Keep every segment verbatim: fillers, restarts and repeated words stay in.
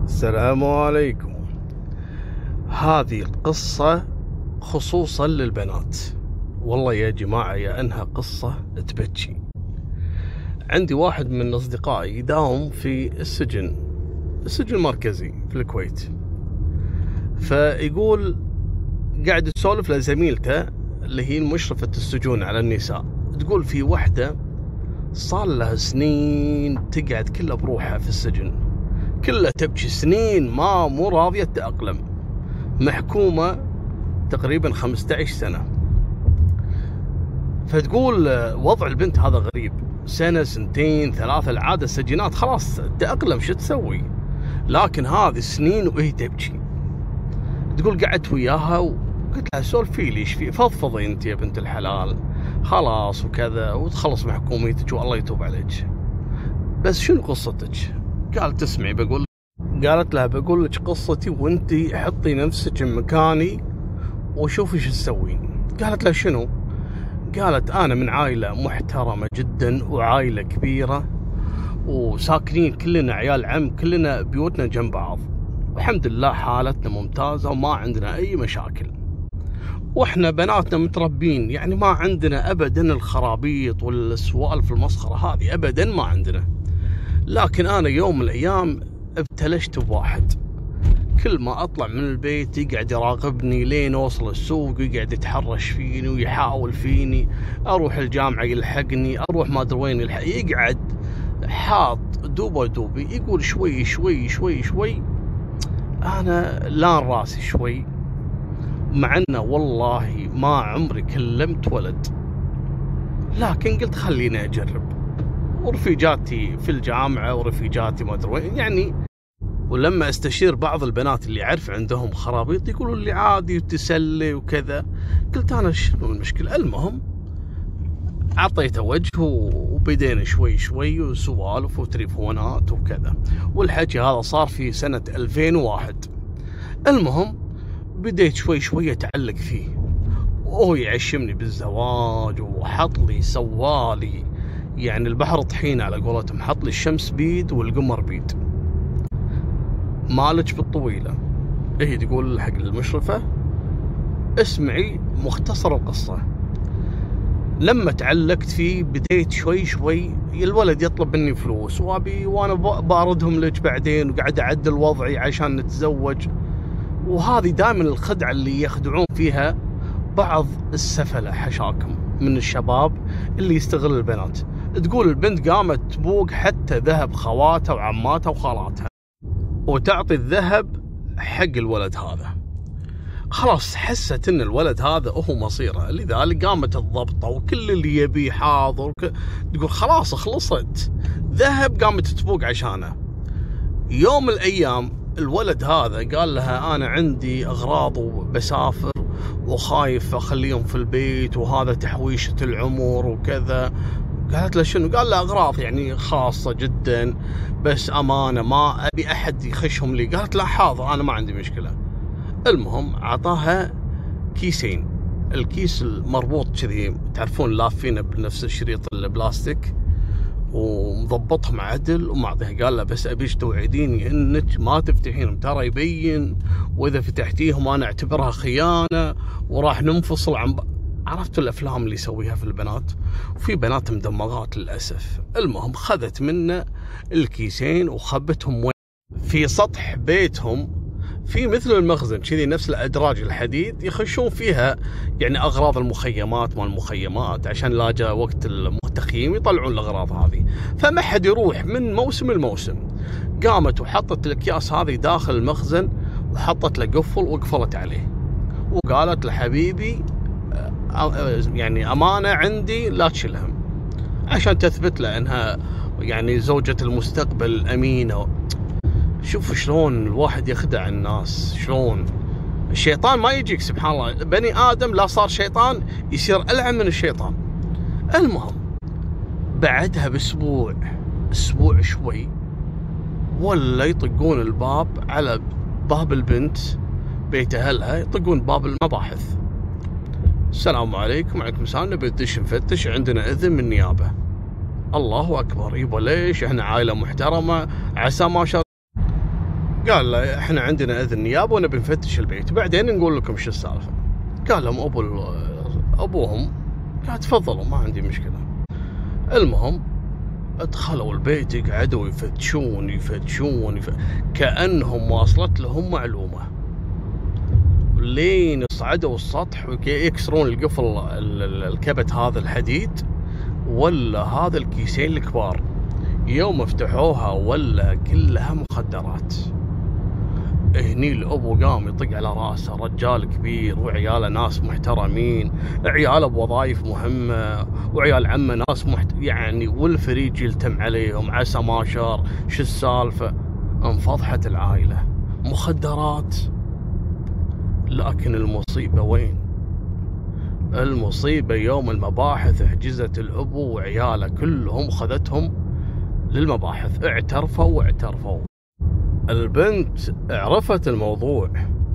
السلام عليكم. هذه القصة خصوصا للبنات. والله يا جماعة يا أنها قصة تبكي. عندي واحد من أصدقائي يداوم في السجن السجن المركزي في الكويت، فيقول قاعد يسولف لزميلته اللي هي مشرفة السجون على النساء، تقول في وحدة صار لها سنين تقعد كلها بروحها في السجن، كلها تبكي سنين ما مو راضية تتأقلم، محكومة تقريبا خمسة عشر سنة. فتقول وضع البنت هذا غريب، سنة سنتين ثلاثة العادة السجينات خلاص تأقلم شو تسوي، لكن هذه سنين وهي تبكي. تقول قعدت وياها وقلت لها سولفي لي ايش في، فضفضي انت يا بنت الحلال خلاص وكذا وتخلص محكوميتك والله يتوب عليك، بس شنو قصتك؟ قالت اسمعي بقول قالت لها بقول لك قصتي وانتي حطي نفسك مكاني وشوفي شو تسوين. قالت لها شنو؟ قالت انا من عائلة محترمة جدا وعائلة كبيرة وساكنين كلنا عيال عم، كلنا بيوتنا جنب بعض والحمد لله حالتنا ممتازة وما عندنا اي مشاكل، واحنا بناتنا متربين، يعني ما عندنا ابدا الخرابيط والسوالف المسخرة هذه ابدا ما عندنا. لكن انا يوم من الايام ابتلشت بواحد، كل ما اطلع من البيت يقعد يراقبني لين اوصل السوق ويقعد يتحرش فيني ويحاول فيني، اروح الجامعة يلحقني، اروح ما ادري وين يلحق، يقعد حاط دوبه دوبي، يقول شوي شوي شوي شوي انا لان راسي شوي، مع انه والله ما عمري كلمت ولد، لكن قلت خليني اجرب، ورفيجاتي في الجامعة ورفيجاتي ما ادري وين يعني، ولما استشير بعض البنات اللي اعرف عندهم خرابيط يقولوا لي عادي وتسلي وكذا، قلت انا شنو المشكلة؟ المهم عطيته وجه وبدينا شوي شوي وسوالف وتليفونات وكذا، والحكي هذا صار في سنة ألفين وواحد. المهم بديت شوي شوي اتعلق فيه وهو يعشمني بالزواج وحط لي سوالي، يعني البحر طحينة على قولتهم، حط لي الشمس بيد والقمر بيد، مالك بالطويلة. هي تقول حق المشرفة اسمعي مختصر القصة، لما تعلقت فيه بديت شوي شوي الولد يطلب مني فلوس وابي وانا باردهم لك بعدين، وقاعد اعدل وضعي عشان نتزوج، وهذه دائما الخدعة اللي يخدعون فيها بعض السفلة حشاكم من الشباب اللي يستغل البنات. تقول البنت قامت تبوق حتى ذهب خواتها وعماتها وخالاتها وتعطي الذهب حق الولد هذا، خلاص حست ان الولد هذا هو مصيره، لذلك قامت تضبطه وكل اللي يبيه حاضر. تقول خلاص خلصت ذهب، قامت تبوق عشانه. يوم من الايام الولد هذا قال لها انا عندي اغراض وبسافر وخايف اخليهم في البيت وهذا تحويشة العمر وكذا. قالت له شنو؟ قال له اغراض يعني خاصة جدا بس امانة ما ابي احد يخشهم لي. قالت له حاضر انا ما عندي مشكلة. المهم اعطاها كيسين، الكيس المربوط كذي تعرفون لافينه بنفس الشريط البلاستيك ومضبطهم عدل ومعطيها. قال له بس ابيش توعديني انك ما تفتحينهم ترى يبين، واذا فتحتيهم انا اعتبرها خيانة وراح ننفصل عن ب... عرفت الافلام اللي يسويها في البنات، وفي بنات مدمغات للاسف. المهم خذت منه الكيسين وخبتهم وين؟ في سطح بيتهم، في مثل المخزن كذي نفس الادراج الحديد يخشون فيها يعني اغراض المخيمات مال المخيمات، عشان لا جاء وقت التخييم يطلعون الاغراض هذه، فما حد يروح من موسم لموسم. قامت وحطت الاكياس هذه داخل المخزن وحطت له قفل وقفلت عليه، وقالت لحبيبي يعني امانه عندي لا تشيلهم، عشان تثبت له انها يعني زوجة المستقبل امينه. شوف شلون الواحد يخدع الناس، شلون الشيطان ما يجيك سبحان الله، بني آدم لا صار شيطان يصير ألعن من الشيطان. المهم بعدها بأسبوع أسبوع شوي ولا يطقون الباب على باب البنت بيت أهلها، يطقون باب المباحث، السلام عليكم. وعليكم السلام، نبي ندش نفتش عندنا إذن من النيابة. الله أكبر، يبا ليش احنا عائلة محترمة عسى ما شاء. قال له احنا عندنا اذن نيابه ونبي نفتش البيت وبعدين نقول لكم شو السالفه. قال لهم ابو ابوهم قال تفضلوا ما عندي مشكله. المهم دخلوا البيت قعدوا يفتشون يفتشون يف... كأنهم واصلت لهم معلومة، لين صعدوا السطح ويكسرون القفل الكبت هذا الحديد ولا هذا الكيسين الكبار. يوم فتحوها ولا كلها مخدرات. هني الأبو قام يطق على راسه، رجال كبير وعياله ناس محترمين، عياله بوظائف مهمة وعيال عمه ناس محت... يعني والفريج يلتم عليهم عسى ما شار شو السالفة. انفضحت العائلة، مخدرات. لكن المصيبة وين؟ المصيبة يوم المباحث حجزت الأبو وعياله كلهم خذتهم للمباحث، اعترفوا واعترفوا. البنت عرفت الموضوع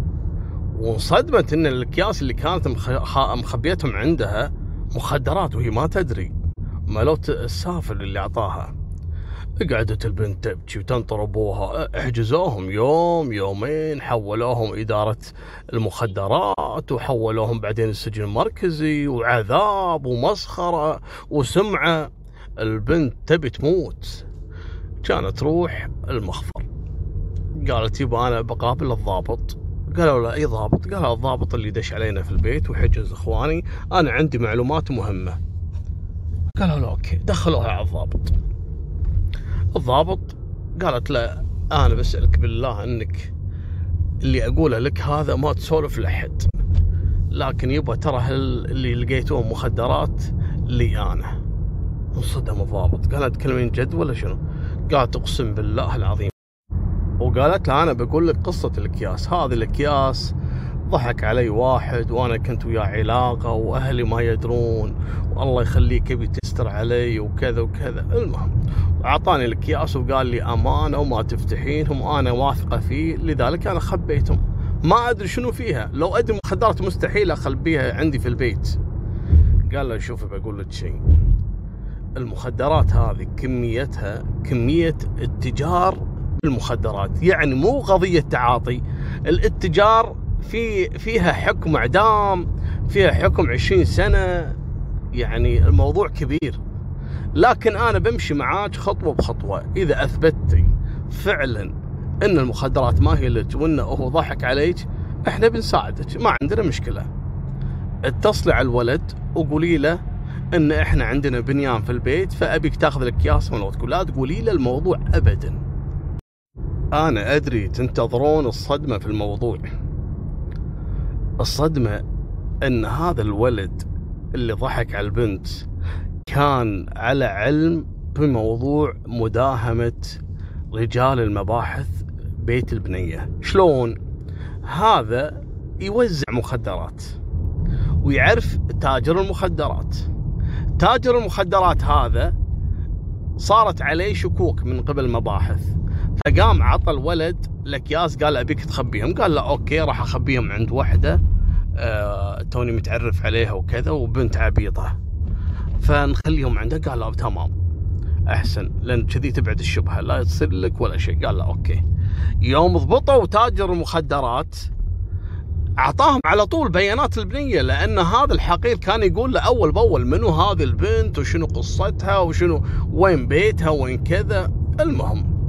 وانصدمت ان الاكياس اللي كانت مخبيتهم عندها مخدرات وهي ما تدري، مالوت السافر اللي اعطاها. قعدت البنت تبكي وتنطر ابوها، احجزوهم يوم يومين، حولوهم اداره المخدرات وحولوهم بعدين السجن المركزي، وعذاب ومسخره وسمعه. البنت تبي تموت. كانت تروح المخفر، قالت يبا انا بقابل الضابط. قالوا له اي ضابط؟ قال الضابط اللي دش علينا في البيت وحجز اخواني، انا عندي معلومات مهمه. قالوا له اوكي، دخلوها على الضابط. الضابط قالت له انا بسألك بالله انك اللي اقوله لك هذا ما تسولف لأحد، لكن يبا ترى اللي لقيتوه مخدرات لي انا. انصدم الضابط، قال تكلمين جد ولا شنو؟ قالت اقسم بالله العظيم. وقالت له انا بقول لك قصه الاكياس، هذه الاكياس ضحك علي واحد وانا كنت وياه علاقه واهلي ما يدرون، والله يخليك يبي تستر علي وكذا وكذا. المهم اعطاني الاكياس وقال لي امانه وما تفتحينهم وانا واثقه فيه، لذلك انا خبيتهم، ما ادري شنو فيها، لو ادري مخدرات مستحيل اخبيها عندي في البيت. قال له شوفي بقول لك شيء، المخدرات هذه كميتها كميه التجار المخدرات، يعني مو قضيه تعاطي، الاتجار في فيها حكم اعدام، فيها حكم عشرين سنه، يعني الموضوع كبير. لكن انا بمشي معاك خطوه بخطوه، اذا اثبتي فعلا ان المخدرات ما هي لك وانه هو ضحك عليك احنا بنساعدك، ما عندنا مشكله. اتصلي على الولد وقولي له ان احنا عندنا بنيان في البيت فابيك تاخذ الاكياس مالتك، لا تقولي له الموضوع ابدا. انا ادري تنتظرون الصدمه في الموضوع. الصدمه ان هذا الولد اللي ضحك على البنت كان على علم بموضوع مداهمه رجال المباحث بيت البنيه. شلون؟ هذا يوزع مخدرات ويعرف تاجر المخدرات، تاجر المخدرات هذا صارت عليه شكوك من قبل المباحث، فقام عطى الولد الاكياس، قال ابيك تخبيهم. قال له اوكي راح اخبيهم عند وحده أه توني متعرف عليها وكذا وبنت عبيطه، فنخليهم عنده. قال له تمام احسن، لان كذي تبعد الشبهه لا يصير لك ولا شيء. قال له اوكي. يوم ضبطوا تاجر المخدرات اعطاهم على طول بيانات البنيه، لان هذا الحقير كان يقول له اول باول منو هذه البنت وشنو قصتها وشنو وين بيتها وين كذا. المهم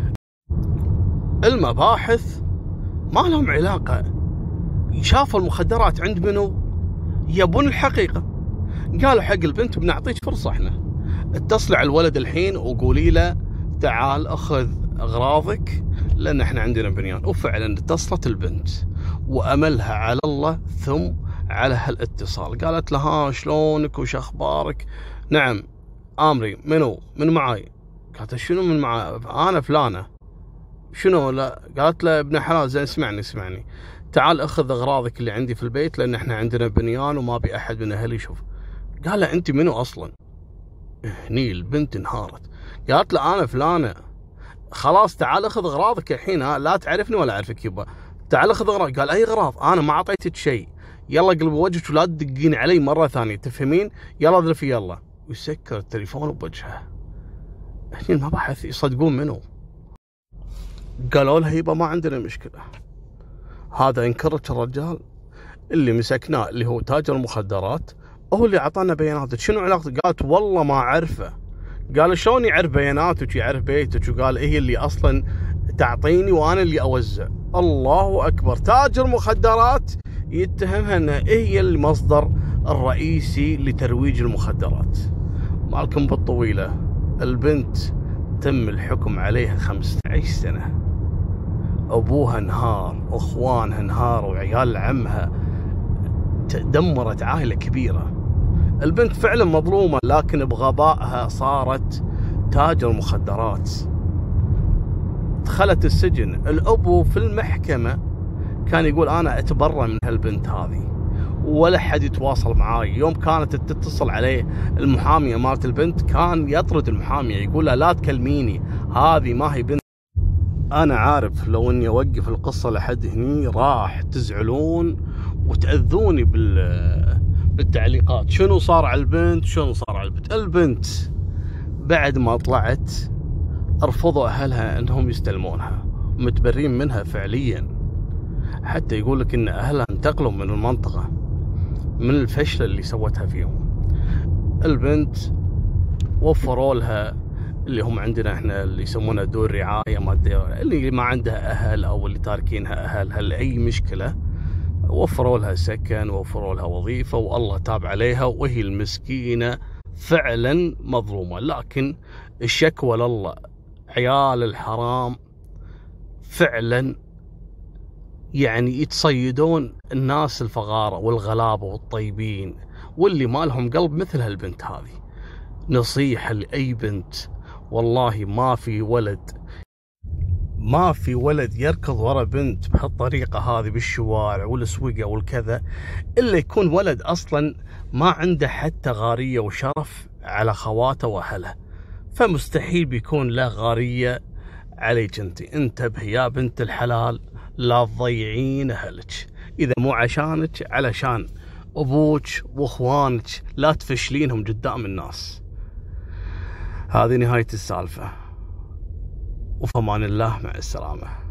المباحث ما لهم علاقه، شافوا المخدرات عند منو؟ يبون الحقيقه. قالوا حق البنت بنعطيك فرصه احنا، اتصلي على الولد الحين وقولي له تعال اخذ اغراضك لان احنا عندنا بنيان. وفعلا اتصلت البنت واملها على الله ثم على هالاتصال. قالت له ها شلونك وش اخبارك؟ نعم امري، منو من معاي؟ قالت شنو من معاي؟ انا فلانه. شنو؟ لا. قالت له ابن حلال زين اسمعني اسمعني تعال اخذ اغراضك اللي عندي في البيت لان احنا عندنا بنيان وما بي احد من اهلي يشوف. قال له انت منو اصلا؟ هني البنت انهارت، قالت له انا فلانه. خلاص تعال اخذ اغراضك الحين، ها لا تعرفني ولا اعرفك يبا، تعال اخذ اغراض. قال اي اغراض؟ انا ما اعطيتك شيء، يلا قلب وجهك ولا تدقين علي مره ثانيه تفهمين، يلا اذرفي يلا. ويسكر التليفون بوجهه. هني المباحث يصدقون منه. قالوا لها يبا ما عندنا مشكلة، هذا انكرت الرجال اللي مسكناه اللي هو تاجر مخدرات هو اللي اعطانا بياناتك. شنو علاقته؟ قالت والله ما اعرفه. قال شلون يعرف بياناتك يعرف بيتك؟ وقال هي اللي اصلا تعطيني وانا اللي اوزع. الله اكبر، تاجر مخدرات يتهمها انها هي المصدر الرئيسي لترويج المخدرات. مالكم بالطويلة، البنت تم الحكم عليها خمسة عشر سنة، ابوها انهار، اخوانها انهاروا، وعيال عمها، دمرت عائلة كبيرة. البنت فعلا مظلومة، لكن بغبائها صارت تاجر مخدرات، دخلت السجن. الابو في المحكمة كان يقول انا اتبرى من هالبنت هذه، ولا حد يتواصل معاي. يوم كانت تتصل عليه المحامية مالت البنت كان يطرد المحامية، يقول لها لا تكلميني، هذه ما هي بنت. انا عارف لو اني اوقف القصة لحد هني راح تزعلون وتأذوني بال بالتعليقات، شنو صار على البنت شنو صار على البنت. البنت بعد ما طلعت ارفضوا اهلها انهم يستلمونها، متبرين منها فعليا. حتى يقول لك ان اهلها انتقلوا من المنطقة من الفشل اللي سوتها فيهم. البنت وفروا لها اللي هم عندنا احنا اللي يسمونه دور رعاية مادية، اللي ما عندها اهل او اللي تاركينها اهلها لاي مشكلة، وفروا لها سكن، وفروا لها وظيفة، والله تاب عليها. وهي المسكينة فعلا مظلومة، لكن الشكوى لله. عيال الحرام فعلا يعني يتصيدون الناس الفقارة والغلابة والطيبين واللي ما لهم قلب مثل هالبنت هذه. نصيحة لأي بنت، والله ما في ولد ما في ولد يركض ورا بنت بهالطريقة هذه بالشوارع والسوقة والكذا، إلا يكون ولد أصلا ما عنده حتى غارية وشرف على خواته وأهله، فمستحيل بيكون له غارية عليك انت. انتبه يا بنت الحلال، لا تضيعين أهلك، إذا مو عشانك علشان أبوك وأخوانك، لا تفشلينهم قدام الناس. هذه نهاية السالفة، وفمان الله، مع السلامة.